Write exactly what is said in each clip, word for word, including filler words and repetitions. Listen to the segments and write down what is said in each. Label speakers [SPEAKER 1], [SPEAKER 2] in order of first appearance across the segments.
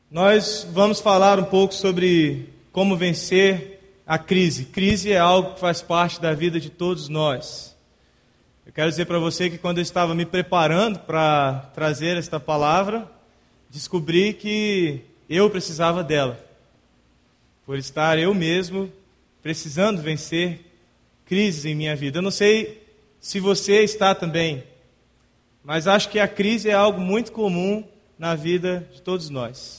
[SPEAKER 1] Nós vamos falar um pouco sobre como vencer a crise. Crise é algo que faz parte da vida de todos nós. Eu quero dizer para você que quando eu estava me preparando para trazer esta palavra, descobri que eu precisava dela. Por estar eu mesmo precisando vencer crises em minha vida. Eu não sei se você está também, mas acho que a crise é algo muito comum na vida de todos nós.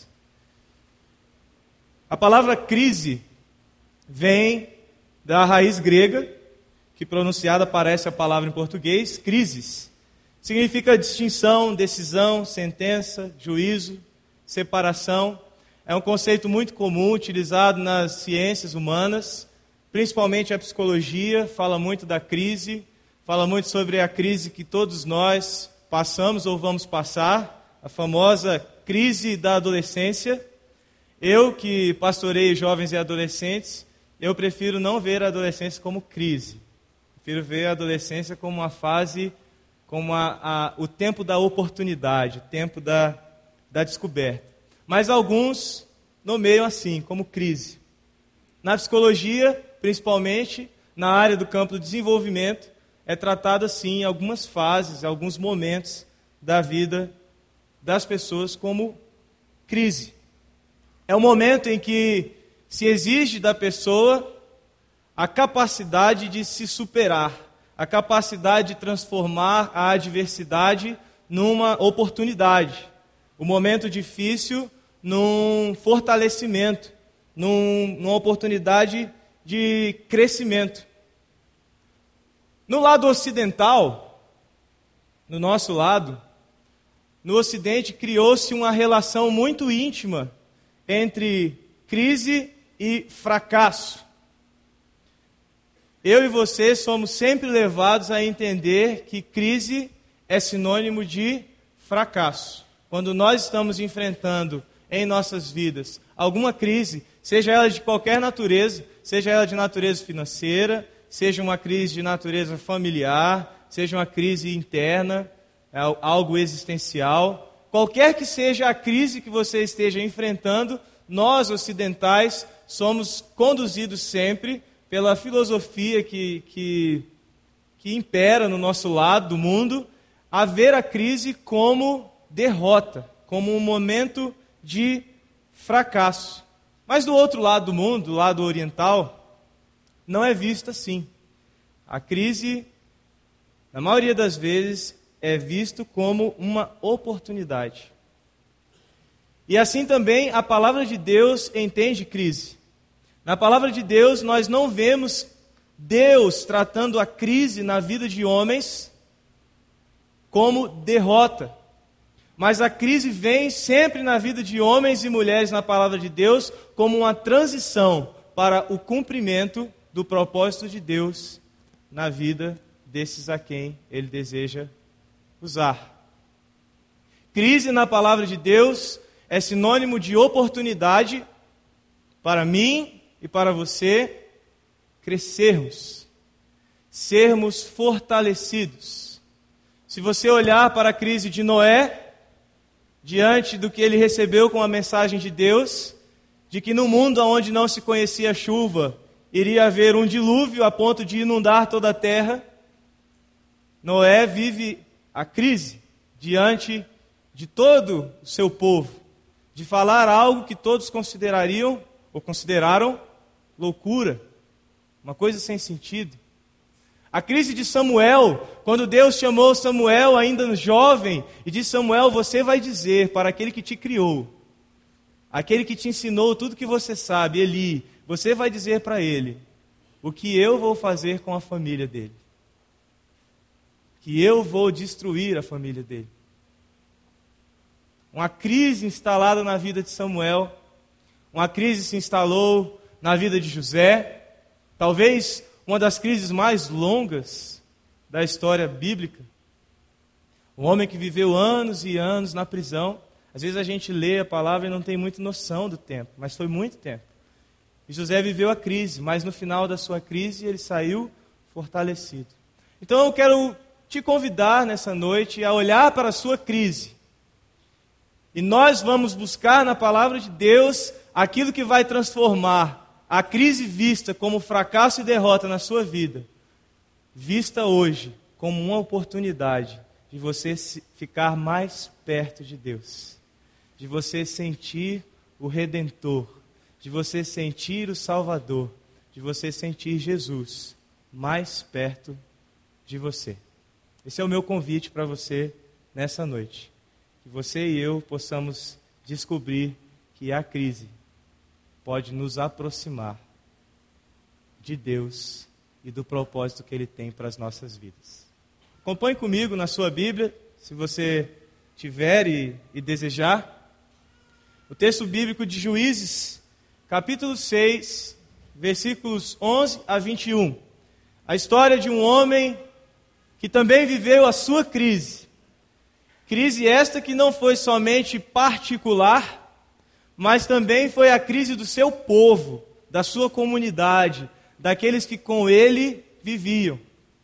[SPEAKER 1] A palavra crise vem da raiz grega, que pronunciada parece a palavra em português, crises. Significa distinção, decisão, sentença, juízo, separação. É um conceito muito comum, utilizado nas ciências humanas, principalmente a psicologia, fala muito da crise, fala muito sobre a crise que todos nós passamos ou vamos passar, a famosa crise da adolescência. Eu, que pastoreio jovens e adolescentes, eu prefiro não ver a adolescência como crise. Prefiro ver a adolescência como uma fase, como a, a, o tempo da oportunidade, o tempo da, da descoberta. Mas alguns nomeiam assim, como crise. Na psicologia, principalmente, na área do campo do desenvolvimento, é tratado assim em algumas fases, alguns momentos da vida das pessoas como crise. É o momento em que se exige da pessoa a capacidade de se superar, a capacidade de transformar a adversidade numa oportunidade, o momento difícil num fortalecimento, num, numa oportunidade de crescimento. No lado ocidental, no nosso lado, no Ocidente criou-se uma relação muito íntima entre crise e fracasso. Eu e você somos sempre levados a entender que crise é sinônimo de fracasso. Quando nós estamos enfrentando em nossas vidas alguma crise, seja ela de qualquer natureza, seja ela de natureza financeira, seja uma crise de natureza familiar, seja uma crise interna, algo existencial, qualquer que seja a crise que você esteja enfrentando, nós ocidentais somos conduzidos sempre pela filosofia que, que, que impera no nosso lado do mundo, a ver a crise como derrota, como um momento de fracasso. Mas do outro lado do mundo, do lado oriental, não é vista assim. A crise, na maioria das vezes, é visto como uma oportunidade. E assim também a palavra de Deus entende crise. Na palavra de Deus nós não vemos Deus tratando a crise na vida de homens como derrota. Mas a crise vem sempre na vida de homens e mulheres na palavra de Deus como uma transição para o cumprimento do propósito de Deus na vida desses a quem Ele deseja usar. Crise na palavra de Deus é sinônimo de oportunidade para mim e para você crescermos, sermos fortalecidos. Se você olhar para a crise de Noé, diante do que ele recebeu com a mensagem de Deus, de que no mundo onde não se conhecia chuva, iria haver um dilúvio a ponto de inundar toda a terra, Noé vive a crise diante de todo o seu povo, de falar algo que todos considerariam ou consideraram loucura, uma coisa sem sentido. A crise de Samuel, quando Deus chamou Samuel ainda jovem e disse: Samuel, você vai dizer para aquele que te criou, aquele que te ensinou tudo que você sabe, Eli, você vai dizer para ele o que eu vou fazer com a família dele. Que eu vou destruir a família dele. Uma crise instalada na vida de Samuel, uma crise se instalou na vida de José, talvez uma das crises mais longas da história bíblica. Um homem que viveu anos e anos na prisão. Às vezes a gente lê a palavra e não tem muita noção do tempo, mas foi muito tempo. E José viveu a crise, mas no final da sua crise ele saiu fortalecido. Então eu quero te convidar nessa noite a olhar para a sua crise E nós vamos buscar na palavra de Deus aquilo que vai transformar a crise vista como fracasso e derrota na sua vida, vista hoje como uma oportunidade de você ficar mais perto de Deus, de você sentir o Redentor, de você sentir o Salvador, de você sentir Jesus mais perto de você. Esse é o meu convite para você nessa noite. Que você e eu possamos descobrir que a crise pode nos aproximar de Deus e do propósito que Ele tem para as nossas vidas. Acompanhe comigo na sua Bíblia, se você tiver e, e desejar, o texto bíblico de Juízes, capítulo seis, versículos onze a vinte e um. A história de um homem que também viveu a sua crise. Crise esta que não foi somente particular, mas também foi a crise do seu povo, da sua comunidade, daqueles que com ele viviam.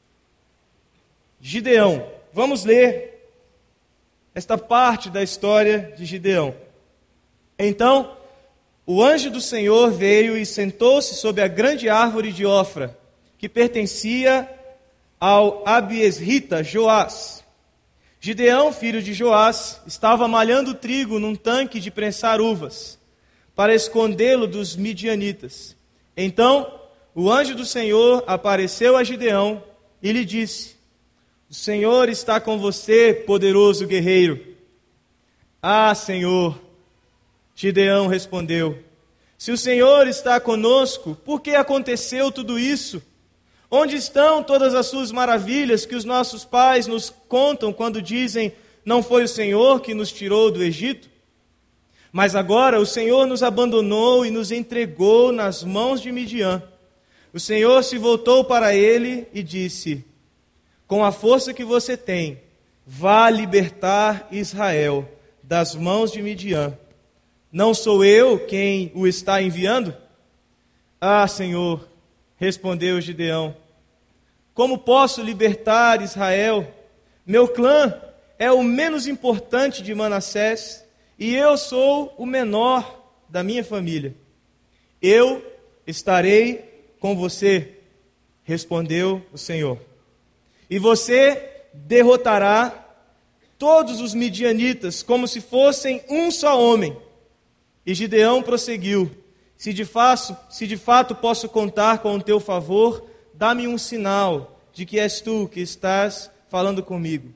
[SPEAKER 1] Gideão. Vamos ler esta parte da história de Gideão. Então, o anjo do Senhor veio e sentou-se sob a grande árvore de Ofra, que pertencia ao abiesrita Joás. Gideão, filho de Joás, estava malhando trigo num tanque de prensar uvas, para escondê-lo dos midianitas. Então, o anjo do Senhor apareceu a Gideão e lhe disse: o Senhor está com você, poderoso guerreiro. Ah, Senhor, Gideão respondeu: se o Senhor está conosco, por que aconteceu tudo isso? Onde estão todas as suas maravilhas que os nossos pais nos contam quando dizem: não foi o Senhor que nos tirou do Egito? Mas agora o Senhor nos abandonou e nos entregou nas mãos de Midian. O Senhor se voltou para ele e disse: com a força que você tem, vá libertar Israel das mãos de Midian. Não sou eu quem o está enviando? Ah, Senhor, respondeu Gideão, como posso libertar Israel? Meu clã é o menos importante de Manassés e eu sou o menor da minha família. Eu estarei com você, respondeu o Senhor. E você derrotará todos os midianitas como se fossem um só homem. E Gideão prosseguiu: se de, fato, se de fato posso contar com o teu favor, dá-me um sinal de que és tu que estás falando comigo.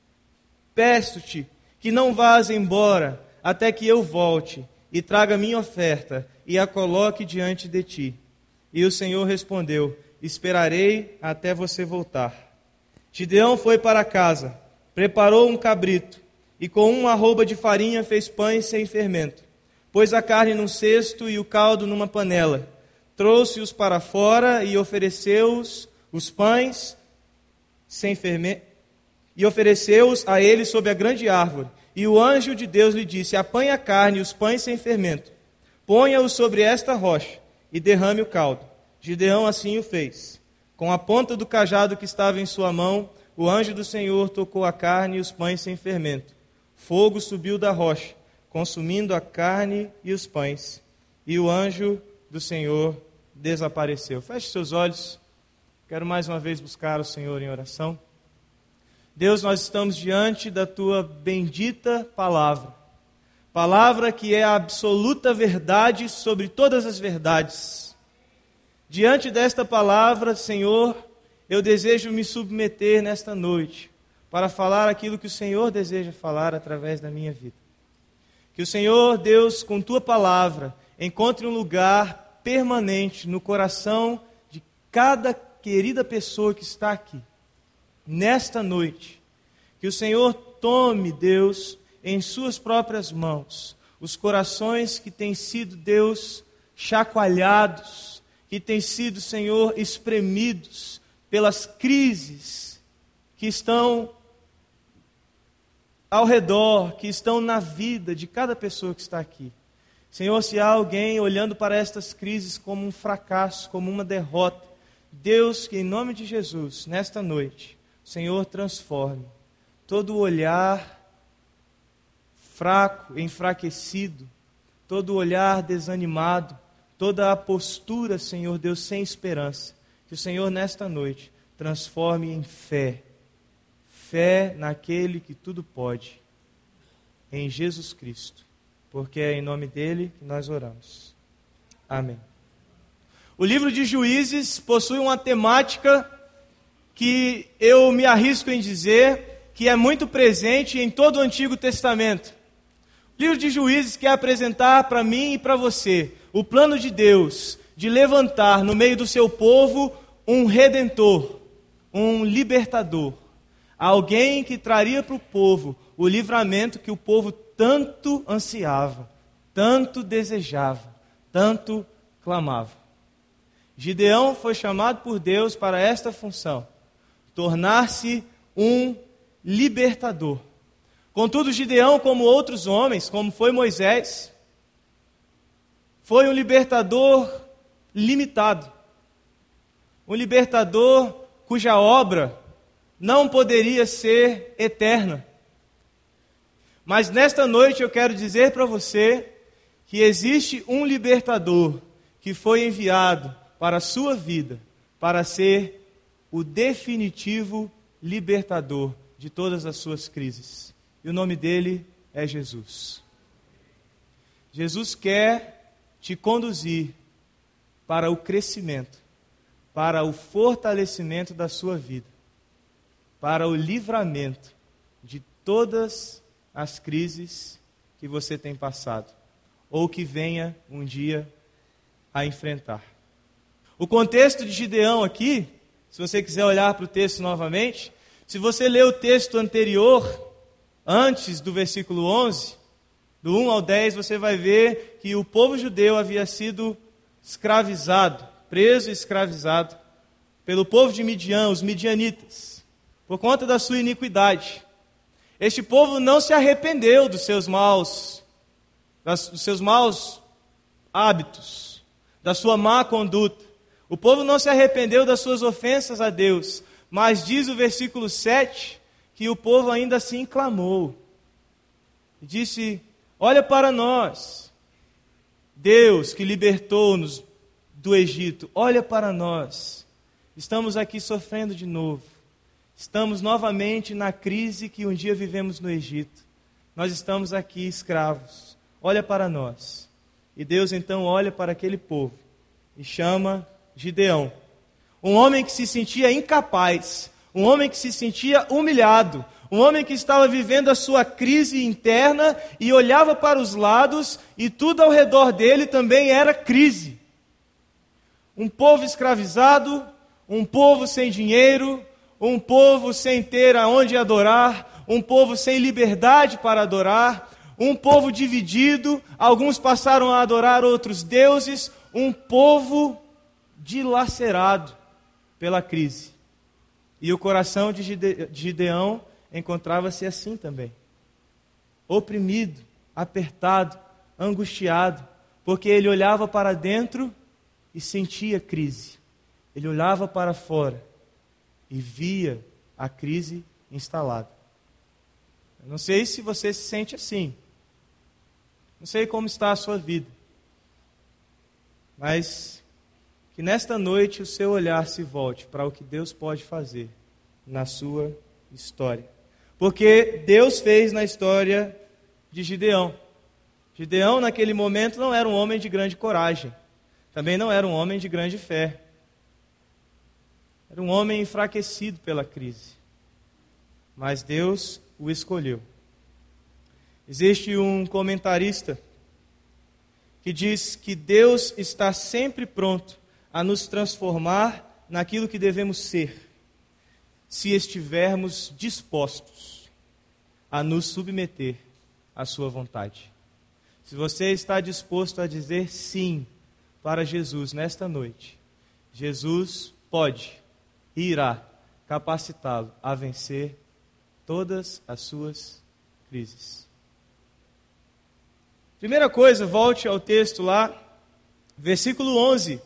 [SPEAKER 1] Peço-te que não vás embora até que eu volte e traga minha oferta e a coloque diante de ti. E o Senhor respondeu: esperarei até você voltar. Gideão foi para casa, preparou um cabrito e com uma arroba de farinha fez pães sem fermento. Pôs a carne num cesto e o caldo numa panela. Trouxe-os para fora e ofereceu-os os pães sem fermento e ofereceu-os a ele sob a grande árvore. E o anjo de Deus lhe disse: apanhe a carne e os pães sem fermento, ponha-os sobre esta rocha e derrame o caldo. Gideão assim o fez. Com a ponta do cajado que estava em sua mão, o anjo do Senhor tocou a carne e os pães sem fermento. Fogo subiu da rocha, consumindo a carne e os pães, e o anjo do Senhor desapareceu. Feche seus olhos. Quero mais uma vez buscar o Senhor em oração. Deus, nós estamos diante da Tua bendita palavra. Palavra que é a absoluta verdade sobre todas as verdades. Diante desta palavra, Senhor, eu desejo me submeter nesta noite para falar aquilo que o Senhor deseja falar através da minha vida. Que o Senhor, Deus, com Tua palavra, encontre um lugar permanente no coração de cada querida pessoa que está aqui, nesta noite. Que o Senhor tome, Deus, em Suas próprias mãos, os corações que têm sido, Deus, chacoalhados, que têm sido, Senhor, espremidos pelas crises que estão ao redor, que estão na vida de cada pessoa que está aqui. Senhor, se há alguém olhando para estas crises como um fracasso, como uma derrota, Deus, que em nome de Jesus, nesta noite, Senhor, transforme todo o olhar fraco, enfraquecido, todo olhar desanimado, toda a postura, Senhor Deus, sem esperança, que o Senhor nesta noite transforme em fé, fé naquele que tudo pode, em Jesus Cristo, porque é em nome dele que nós oramos. Amém. O livro de Juízes possui uma temática que eu me arrisco em dizer que é muito presente em todo o Antigo Testamento. O livro de Juízes quer apresentar para mim e para você o plano de Deus de levantar no meio do seu povo um redentor, um libertador, alguém que traria para o povo o livramento que o povo tanto ansiava, tanto desejava, tanto clamava. Gideão foi chamado por Deus para esta função, tornar-se um libertador. Contudo, Gideão, como outros homens, como foi Moisés, foi um libertador limitado. Um libertador cuja obra não poderia ser eterna. Mas nesta noite eu quero dizer para você que existe um libertador que foi enviado para a sua vida, para ser o definitivo libertador de todas as suas crises. E o nome dele é Jesus. Jesus quer te conduzir para o crescimento, para o fortalecimento da sua vida, para o livramento de todas as crises que você tem passado, ou que venha um dia a enfrentar. O contexto de Gideão aqui, se você quiser olhar para o texto novamente, se você ler o texto anterior, antes do versículo onze, do um ao dez, você vai ver que o povo judeu havia sido escravizado, preso e escravizado pelo povo de Midian, os midianitas, por conta da sua iniquidade. Este povo não se arrependeu dos seus maus, das, dos seus maus hábitos, da sua má conduta. O povo não se arrependeu das suas ofensas a Deus, mas diz o versículo sete que o povo ainda assim clamou. E disse: olha para nós, Deus que libertou-nos do Egito, olha para nós. Estamos aqui sofrendo de novo. Estamos novamente na crise que um dia vivemos no Egito. Nós estamos aqui escravos. Olha para nós. E Deus então olha para aquele povo e chama Gideão. Um homem que se sentia incapaz, um homem que se sentia humilhado, um homem que estava vivendo a sua crise interna e olhava para os lados e tudo ao redor dele também era crise. Um povo escravizado, um povo sem dinheiro, um povo sem ter aonde adorar, um povo sem liberdade para adorar, um povo dividido, alguns passaram a adorar outros deuses, um povo dilacerado pela crise. E o coração de Gideão encontrava-se assim também, oprimido, apertado, angustiado, porque ele olhava para dentro e sentia crise. Ele olhava para fora e via a crise instalada. Eu não sei se você se sente assim. Não sei como está a sua vida. Mas que nesta noite o seu olhar se volte para o que Deus pode fazer na sua história. Porque Deus fez na história de Gideão. Gideão, naquele momento, não era um homem de grande coragem. Também não era um homem de grande fé. Era um homem enfraquecido pela crise. Mas Deus o escolheu. Existe um comentarista que diz que Deus está sempre pronto a nos transformar naquilo que devemos ser, se estivermos dispostos a nos submeter à sua vontade. Se você está disposto a dizer sim para Jesus nesta noite, Jesus pode e irá capacitá-lo a vencer todas as suas crises. Primeira coisa, volte ao texto lá, versículo onze.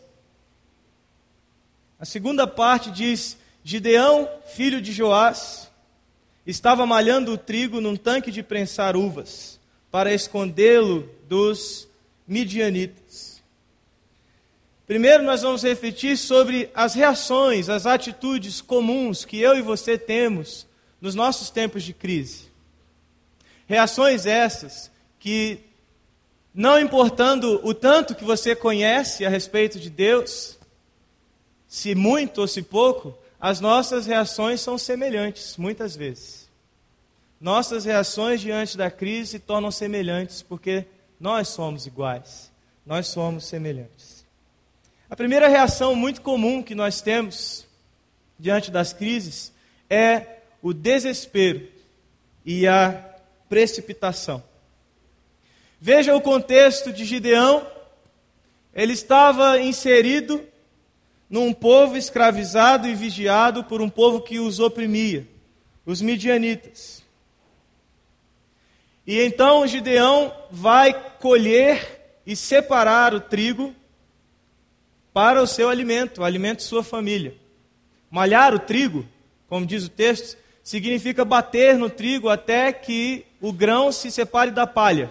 [SPEAKER 1] A segunda parte diz: Gideão, filho de Joás, estava malhando o trigo num tanque de prensar uvas, para escondê-lo dos midianitas. Primeiro nós vamos refletir sobre as reações, as atitudes comuns que eu e você temos nos nossos tempos de crise. Reações essas que, não importando o tanto que você conhece a respeito de Deus, se muito ou se pouco, as nossas reações são semelhantes, muitas vezes. Nossas reações diante da crise se tornam semelhantes, porque nós somos iguais, nós somos semelhantes. A primeira reação muito comum que nós temos diante das crises é o desespero e a precipitação. Veja o contexto de Gideão. Ele estava inserido num povo escravizado e vigiado por um povo que os oprimia, os midianitas. E então Gideão vai colher e separar o trigo para o seu alimento, o alimento de sua família. Malhar o trigo, como diz o texto, significa bater no trigo até que o grão se separe da palha.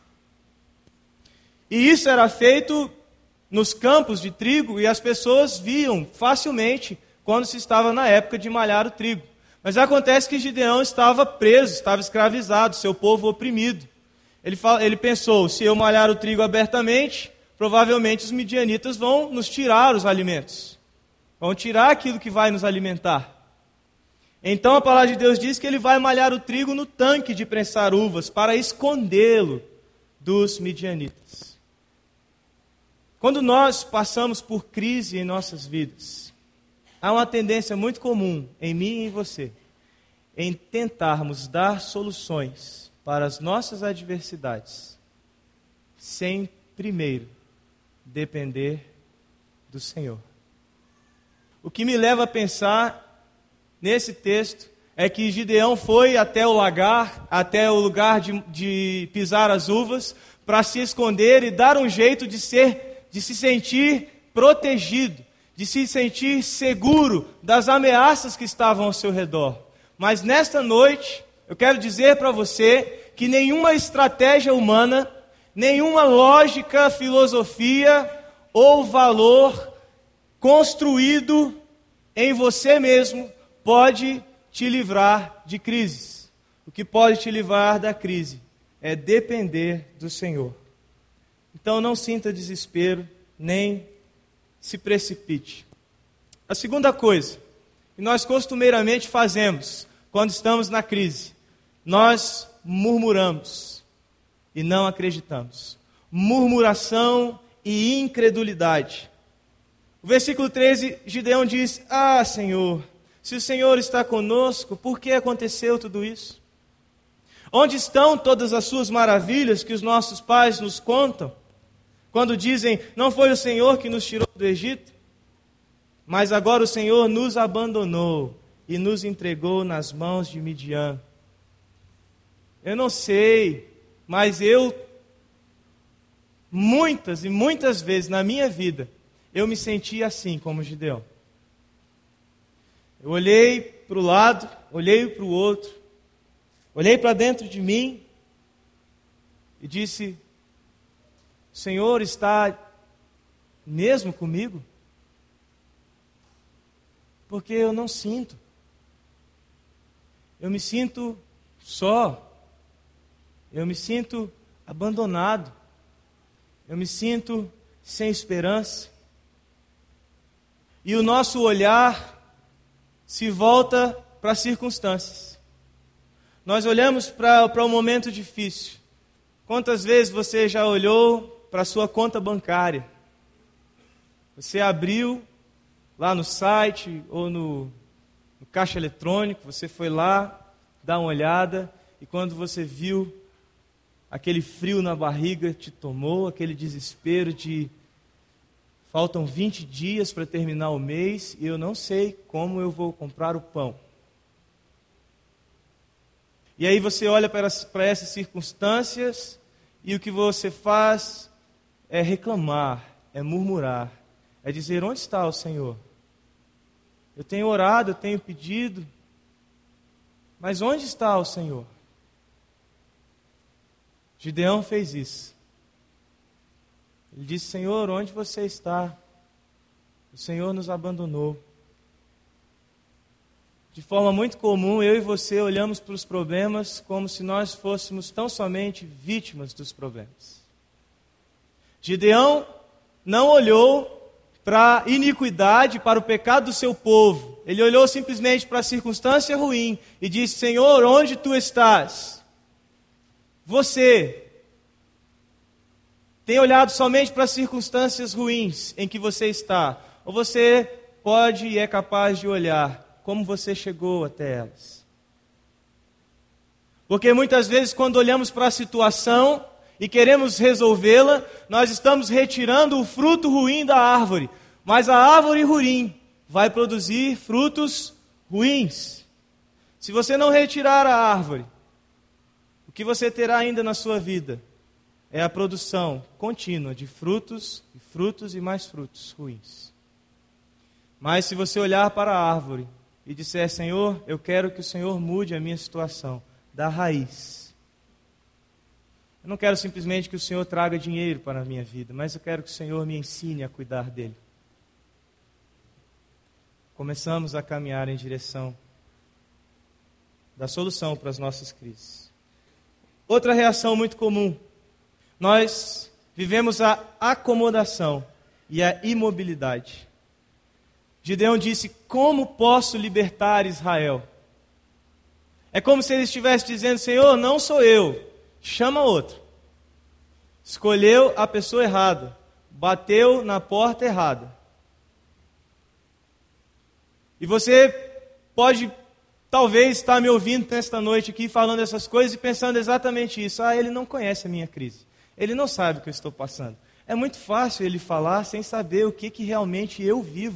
[SPEAKER 1] E isso era feito nos campos de trigo e as pessoas viam facilmente quando se estava na época de malhar o trigo. Mas acontece que Gideão estava preso, estava escravizado, seu povo oprimido. Ele, fala, ele pensou, se eu malhar o trigo abertamente, provavelmente os midianitas vão nos tirar os alimentos. Vão tirar aquilo que vai nos alimentar. Então a palavra de Deus diz que ele vai malhar o trigo no tanque de prensar uvas para escondê-lo dos midianitas. Quando nós passamos por crise em nossas vidas, há uma tendência muito comum em mim e em você, em tentarmos dar soluções para as nossas adversidades, sem primeiro depender do Senhor. O que me leva a pensar nesse texto é que Gideão foi até o lagar, até o lugar de, de pisar as uvas, para se esconder e dar um jeito de ser de se sentir protegido, de se sentir seguro das ameaças que estavam ao seu redor. Mas nesta noite, eu quero dizer para você que nenhuma estratégia humana, nenhuma lógica, filosofia ou valor construído em você mesmo pode te livrar de crises. O que pode te livrar da crise é depender do Senhor. Então não sinta desespero, nem se precipite. A segunda coisa que nós costumeiramente fazemos quando estamos na crise, nós murmuramos e não acreditamos. Murmuração e incredulidade. O versículo treze, Gideão diz, ah, Senhor, se o Senhor está conosco, por que aconteceu tudo isso? Onde estão todas as suas maravilhas que os nossos pais nos contam? Quando dizem, não foi o Senhor que nos tirou do Egito? Mas agora o Senhor nos abandonou e nos entregou nas mãos de Midian. Eu não sei, mas eu, muitas e muitas vezes na minha vida, eu me senti assim como Gideão. Eu olhei para o lado, olhei para o outro, olhei para dentro de mim e disse, o Senhor está mesmo comigo? Porque eu não sinto. Eu me sinto só. Eu me sinto abandonado. Eu me sinto sem esperança. E o nosso olhar se volta para as circunstâncias. Nós olhamos para um momento difícil. Quantas vezes você já olhou para a sua conta bancária? Você abriu lá no site ou no, no caixa eletrônico, você foi lá dar uma olhada e quando você viu, aquele frio na barriga te tomou, aquele desespero de faltam vinte dias para terminar o mês e eu não sei como eu vou comprar o pão. E aí você olha para, para essas circunstâncias e o que você faz é reclamar, é murmurar, é dizer, onde está o Senhor? Eu tenho orado, eu tenho pedido, mas onde está o Senhor? Gideão fez isso. Ele disse: Senhor, onde você está? O Senhor nos abandonou. De forma muito comum, eu e você olhamos para os problemas como se nós fôssemos tão somente vítimas dos problemas. Gideão não olhou para a iniquidade, para o pecado do seu povo. Ele olhou simplesmente para a circunstância ruim e disse: Senhor, onde tu estás? Você tem olhado somente para as circunstâncias ruins em que você está? Ou você pode e é capaz de olhar como você chegou até elas? Porque muitas vezes, quando olhamos para a situação e queremos resolvê-la, nós estamos retirando o fruto ruim da árvore. Mas a árvore ruim vai produzir frutos ruins. Se você não retirar a árvore, o que você terá ainda na sua vida é a produção contínua de frutos, e frutos e mais frutos ruins. Mas se você olhar para a árvore e disser: Senhor, eu quero que o Senhor mude a minha situação da raiz. Eu não quero simplesmente que o Senhor traga dinheiro para a minha vida, mas eu quero que o Senhor me ensine a cuidar dele. Começamos a caminhar em direção da solução para as nossas crises. Outra reação muito comum: nós vivemos a acomodação e a imobilidade. Gideão disse: como posso libertar Israel? É como se ele estivesse dizendo: Senhor, não sou eu, chama outro. Escolheu a pessoa errada, bateu na porta errada. E você pode, talvez, estar me ouvindo nesta noite aqui, falando essas coisas e pensando exatamente isso. Ah, ele não conhece a minha crise. Ele não sabe o que eu estou passando. É muito fácil ele falar sem saber o que, que realmente eu vivo.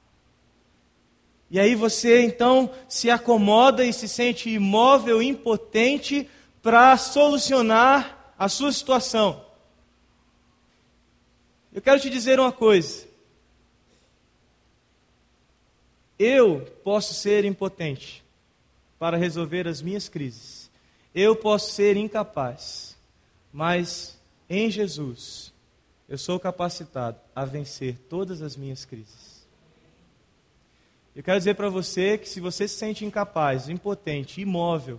[SPEAKER 1] E aí você, então, se acomoda e se sente imóvel, impotente para solucionar a sua situação. Eu quero te dizer uma coisa. Eu posso ser impotente para resolver as minhas crises. Eu posso ser incapaz, mas em Jesus eu sou capacitado a vencer todas as minhas crises. Eu quero dizer para você que se você se sente incapaz, impotente, imóvel,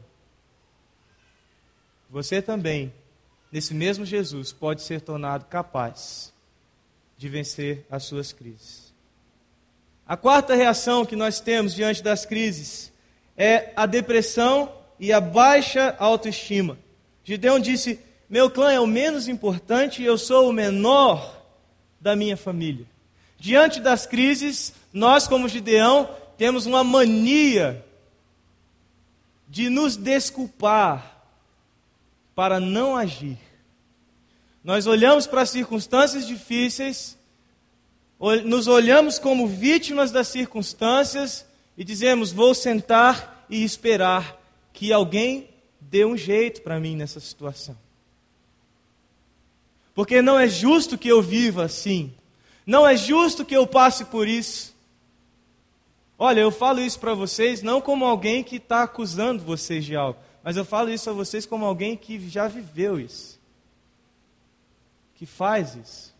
[SPEAKER 1] você também, nesse mesmo Jesus, pode ser tornado capaz de vencer as suas crises. A quarta reação que nós temos diante das crises é a depressão e a baixa autoestima. Gideão disse: meu clã é o menos importante e eu sou o menor da minha família. Diante das crises, nós como Gideão temos uma mania de nos desculpar para não agir. Nós olhamos para as circunstâncias difíceis, nos olhamos como vítimas das circunstâncias e dizemos: vou sentar e esperar que alguém dê um jeito para mim nessa situação. Porque não é justo que eu viva assim. Não é justo que eu passe por isso. Olha, eu falo isso para vocês não como alguém que está acusando vocês de algo, mas eu falo isso a vocês como alguém que já viveu isso, que faz isso.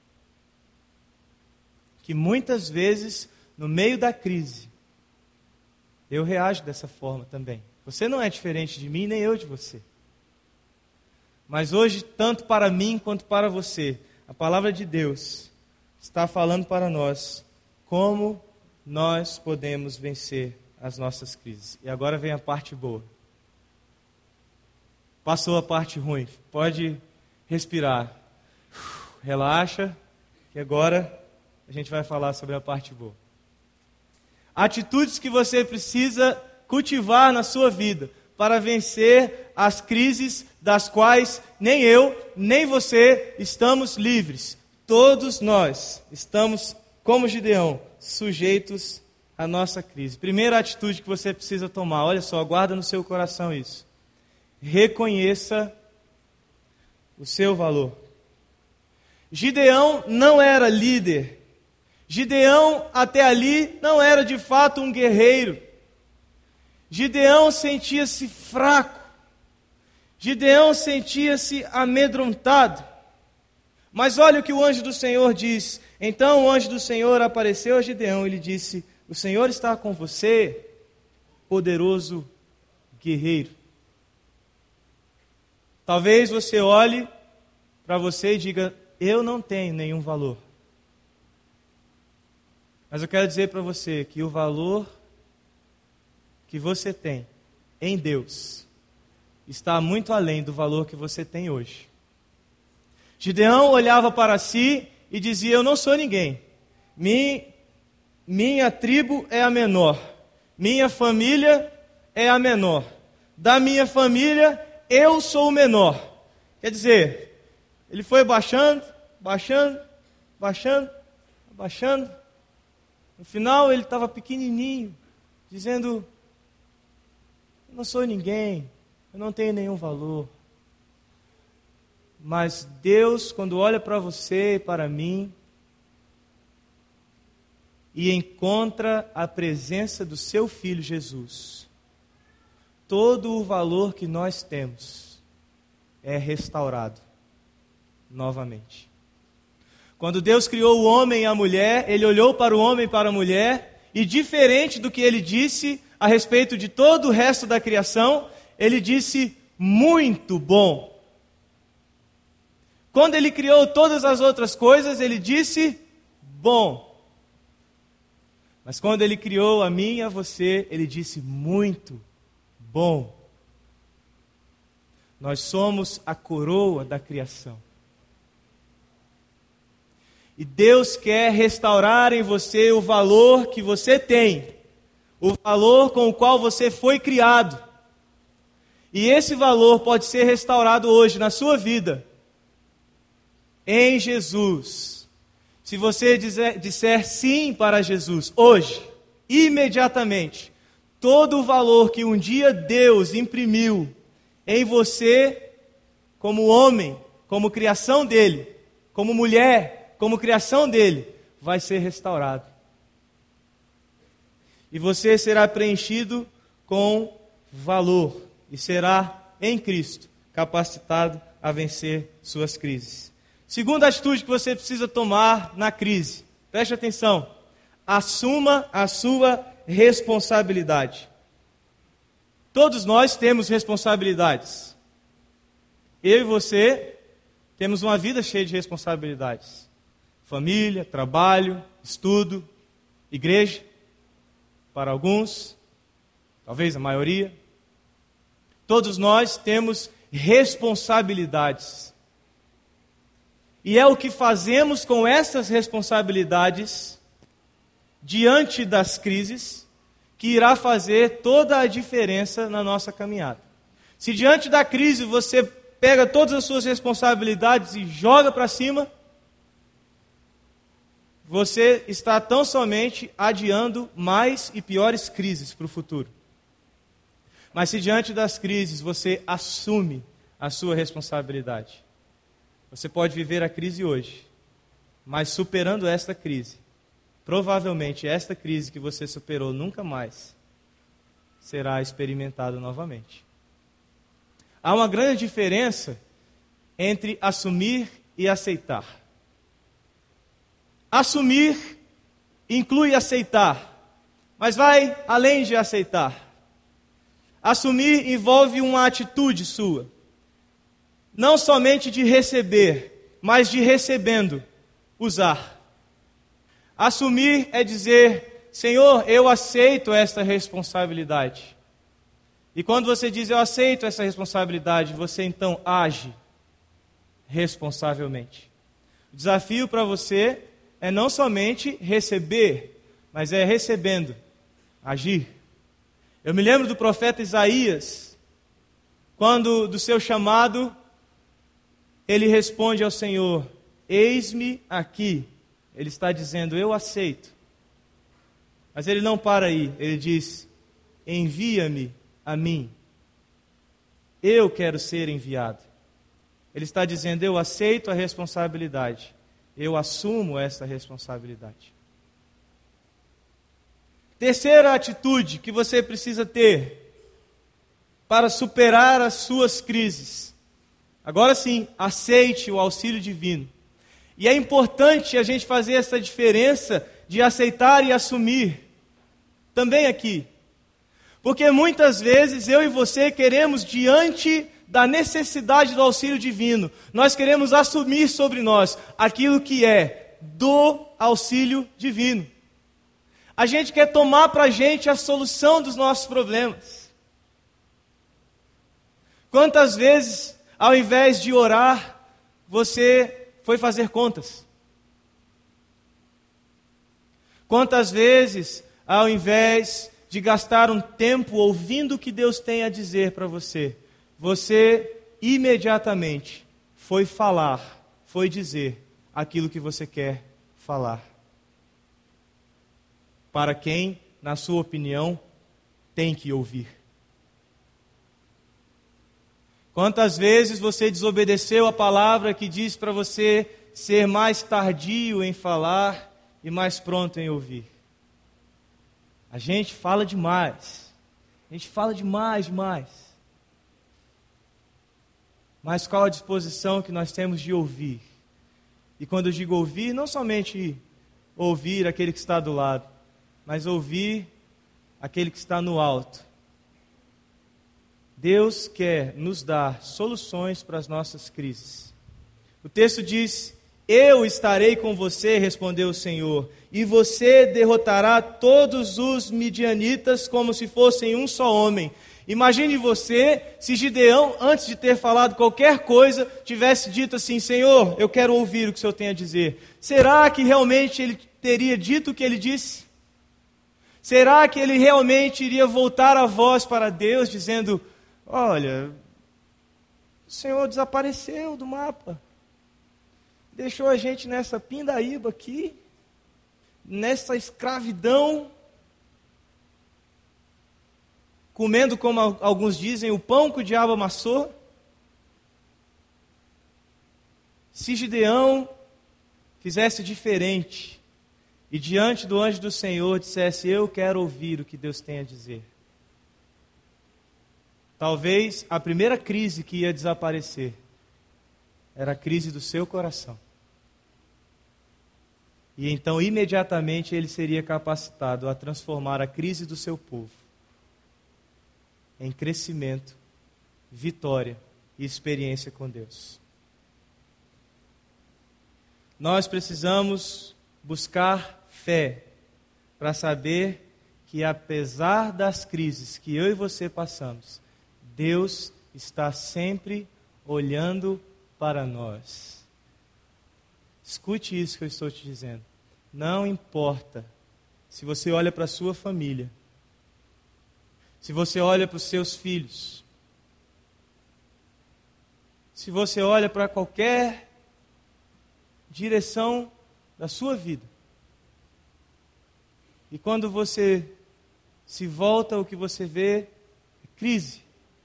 [SPEAKER 1] Que muitas vezes, no meio da crise, eu reajo dessa forma também. Você não é diferente de mim, nem eu de você. Mas hoje, tanto para mim quanto para você, a palavra de Deus está falando para nós como nós podemos vencer as nossas crises. E agora vem a parte boa. Passou a parte ruim, pode respirar. Relaxa, que agora a gente vai falar sobre a parte boa. Atitudes que você precisa cultivar na sua vida para vencer as crises das quais nem eu, nem você estamos livres. Todos nós estamos, como Gideão, sujeitos à nossa crise. Primeira atitude que você precisa tomar, olha só, guarda no seu coração isso. Reconheça o seu valor. Gideão não era líder. Gideão, até ali, não era de fato um guerreiro. Gideão sentia-se fraco. Gideão sentia-se amedrontado. Mas olha o que o anjo do Senhor diz. Então o anjo do Senhor apareceu a Gideão e lhe disse: o Senhor está com você, poderoso guerreiro. Talvez você olhe para você e diga: eu não tenho nenhum valor. Mas eu quero dizer para você que o valor que você tem em Deus está muito além do valor que você tem hoje. Gideão olhava para si e dizia: eu não sou ninguém. Minha, minha tribo é a menor. Minha família é a menor. Da minha família, eu sou o menor. Quer dizer, ele foi baixando, baixando, baixando, baixando. No final, ele estava pequenininho, dizendo: eu não sou ninguém, eu não tenho nenhum valor. Mas Deus, quando olha para você e para mim, e encontra a presença do seu Filho Jesus, todo o valor que nós temos é restaurado novamente. Quando Deus criou o homem e a mulher, Ele olhou para o homem e para a mulher, e diferente do que Ele disse a respeito de todo o resto da criação, Ele disse: muito bom. Quando Ele criou todas as outras coisas, Ele disse: bom. Mas quando Ele criou a mim e a você, Ele disse: muito bom. Nós somos a coroa da criação. E Deus quer restaurar em você o valor que você tem, o valor com o qual você foi criado. E esse valor pode ser restaurado hoje na sua vida, em Jesus. Se você dizer, disser sim para Jesus, hoje, imediatamente, todo o valor que um dia Deus imprimiu em você, como homem, como criação dele, como mulher, como criação dele, vai ser restaurado. E você será preenchido com valor e será, em Cristo, capacitado a vencer suas crises. Segunda atitude que você precisa tomar na crise, preste atenção: assuma a sua responsabilidade. Todos nós temos responsabilidades. Eu e você temos uma vida cheia de responsabilidades. Família, trabalho, estudo, igreja, para alguns, talvez a maioria. Todos nós temos responsabilidades. E é o que fazemos com essas responsabilidades diante das crises que irá fazer toda a diferença na nossa caminhada. Se diante da crise você pega todas as suas responsabilidades e joga para cima, você está tão somente adiando mais e piores crises para o futuro. Mas se diante das crises você assume a sua responsabilidade, você pode viver a crise hoje, mas superando esta crise, provavelmente esta crise que você superou nunca mais será experimentada novamente. Há uma grande diferença entre assumir e aceitar. Assumir inclui aceitar, mas vai além de aceitar. Assumir envolve uma atitude sua, não somente de receber, mas de recebendo, usar. Assumir é dizer: Senhor, eu aceito esta responsabilidade. E quando você diz eu aceito essa responsabilidade, você então age responsavelmente. O desafio para você é não somente receber, mas é recebendo, agir. Eu me lembro do profeta Isaías, quando do seu chamado, ele responde ao Senhor: eis-me aqui. Ele está dizendo: eu aceito. Mas ele não para aí, ele diz: envia-me a mim. Eu quero ser enviado. Ele está dizendo: eu aceito a responsabilidade. Eu assumo essa responsabilidade. Terceira atitude que você precisa ter para superar as suas crises. Agora sim, aceite o auxílio divino. E é importante a gente fazer essa diferença de aceitar e assumir também aqui. Porque muitas vezes eu e você queremos, diante da necessidade do auxílio divino, nós queremos assumir sobre nós aquilo que é do auxílio divino. A gente quer tomar para a gente a solução dos nossos problemas. Quantas vezes, ao invés de orar, você foi fazer contas? Quantas vezes, ao invés de gastar um tempo ouvindo o que Deus tem a dizer para você, você imediatamente foi falar, foi dizer aquilo que você quer falar? Para quem, na sua opinião, tem que ouvir. Quantas vezes você desobedeceu a palavra que diz para você ser mais tardio em falar e mais pronto em ouvir? A gente fala demais. A gente fala demais, demais. Mas qual a disposição que nós temos de ouvir? E quando eu digo ouvir, não somente ouvir aquele que está do lado, mas ouvir aquele que está no alto. Deus quer nos dar soluções para as nossas crises. O texto diz: eu estarei com você, respondeu o Senhor, e você derrotará todos os midianitas como se fossem um só homem. Imagine você se Gideão, antes de ter falado qualquer coisa, tivesse dito assim: Senhor, eu quero ouvir o que o Senhor tem a dizer. Será que realmente ele teria dito o que ele disse? Será que ele realmente iria voltar a voz para Deus, dizendo: olha, o Senhor desapareceu do mapa, deixou a gente nessa pindaíba aqui, nessa escravidão, comendo, como alguns dizem, o pão que o diabo amassou? Se Gideão fizesse diferente e diante do anjo do Senhor dissesse: eu quero ouvir o que Deus tem a dizer, talvez a primeira crise que ia desaparecer era a crise do seu coração. E então imediatamente ele seria capacitado a transformar a crise do seu povo em crescimento, vitória e experiência com Deus. Nós precisamos buscar fé para saber que, apesar das crises que eu e você passamos, Deus está sempre olhando para nós. Escute isso que eu estou te dizendo. Não importa se você olha para a sua família, se você olha para os seus filhos, se você olha para qualquer direção da sua vida, e quando você se volta, o que você vê é crise.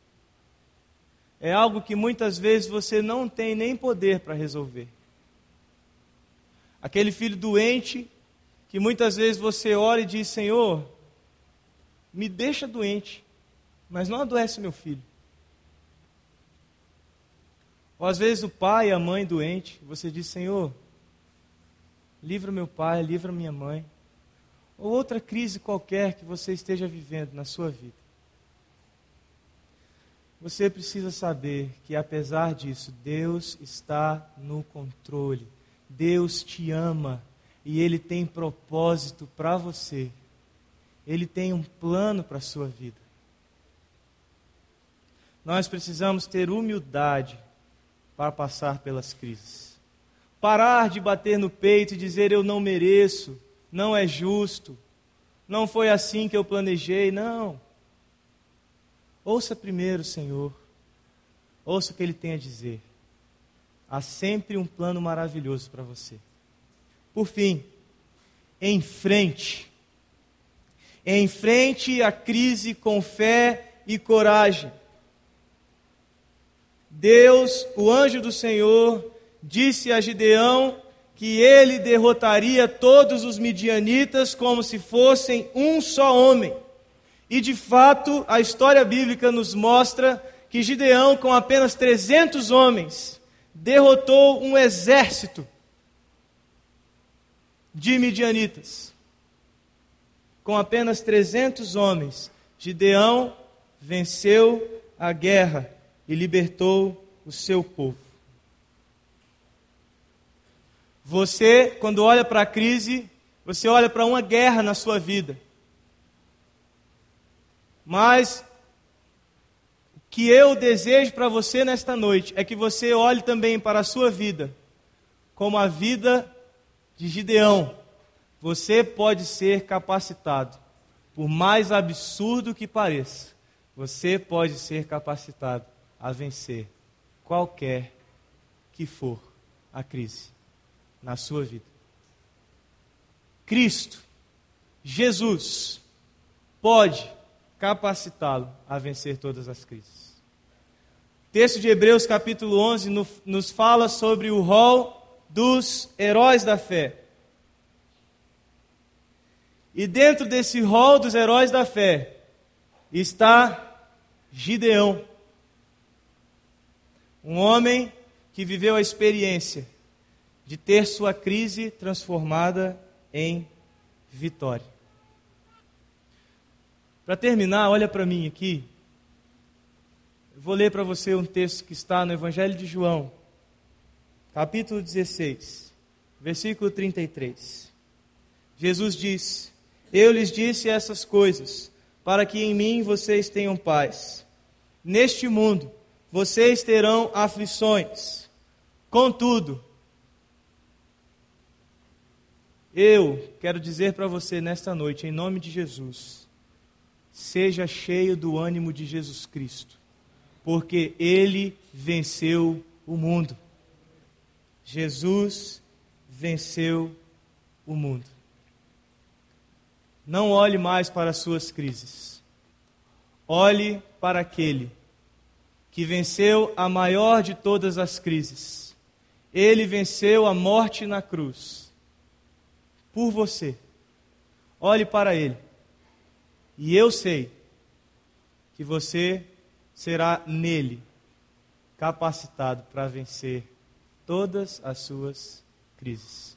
[SPEAKER 1] É algo que muitas vezes você não tem nem poder para resolver. Aquele filho doente, que muitas vezes você ora e diz: Senhor, me deixa doente, mas não adoece meu filho. Ou às vezes o pai e a mãe doente, você diz: Senhor, livra meu pai, livra minha mãe. Ou outra crise qualquer que você esteja vivendo na sua vida. Você precisa saber que, apesar disso, Deus está no controle. Deus te ama e Ele tem propósito para você. Ele tem um plano para a sua vida. Nós precisamos ter humildade para passar pelas crises. Parar de bater no peito e dizer: eu não mereço, não é justo, não foi assim que eu planejei. Não. Ouça primeiro o Senhor. Ouça o que Ele tem a dizer. Há sempre um plano maravilhoso para você. Por fim, enfrente. Enfrente a crise com fé e coragem. Deus, o anjo do Senhor, disse a Gideão que ele derrotaria todos os midianitas como se fossem um só homem. E de fato, a história bíblica nos mostra que Gideão, com apenas trezentos homens, derrotou um exército de midianitas. Com apenas trezentos homens, Gideão venceu a guerra e libertou o seu povo. Você, quando olha para a crise, você olha para uma guerra na sua vida. Mas o que eu desejo para você nesta noite é que você olhe também para a sua vida como a vida de Gideão. Você pode ser capacitado, por mais absurdo que pareça, você pode ser capacitado a vencer qualquer que for a crise na sua vida. Cristo, Jesus, pode capacitá-lo a vencer todas as crises. O texto de Hebreus capítulo onze no, nos fala sobre o rol dos heróis da fé. E dentro desse rol dos heróis da fé está Gideão, um homem que viveu a experiência de ter sua crise transformada em vitória. Para terminar, olha para mim aqui. Eu vou ler para você um texto que está no Evangelho de João, capítulo dezesseis, versículo trinta e três. Jesus diz: eu lhes disse essas coisas, para que em mim vocês tenham paz. Neste mundo vocês terão aflições. Contudo, eu quero dizer para você nesta noite, em nome de Jesus, seja cheio do ânimo de Jesus Cristo, porque Ele venceu o mundo. Jesus venceu o mundo. Não olhe mais para as suas crises. Olhe para aquele que venceu a maior de todas as crises. Ele venceu a morte na cruz por você. Olhe para Ele. E eu sei que você será nele capacitado para vencer todas as suas crises.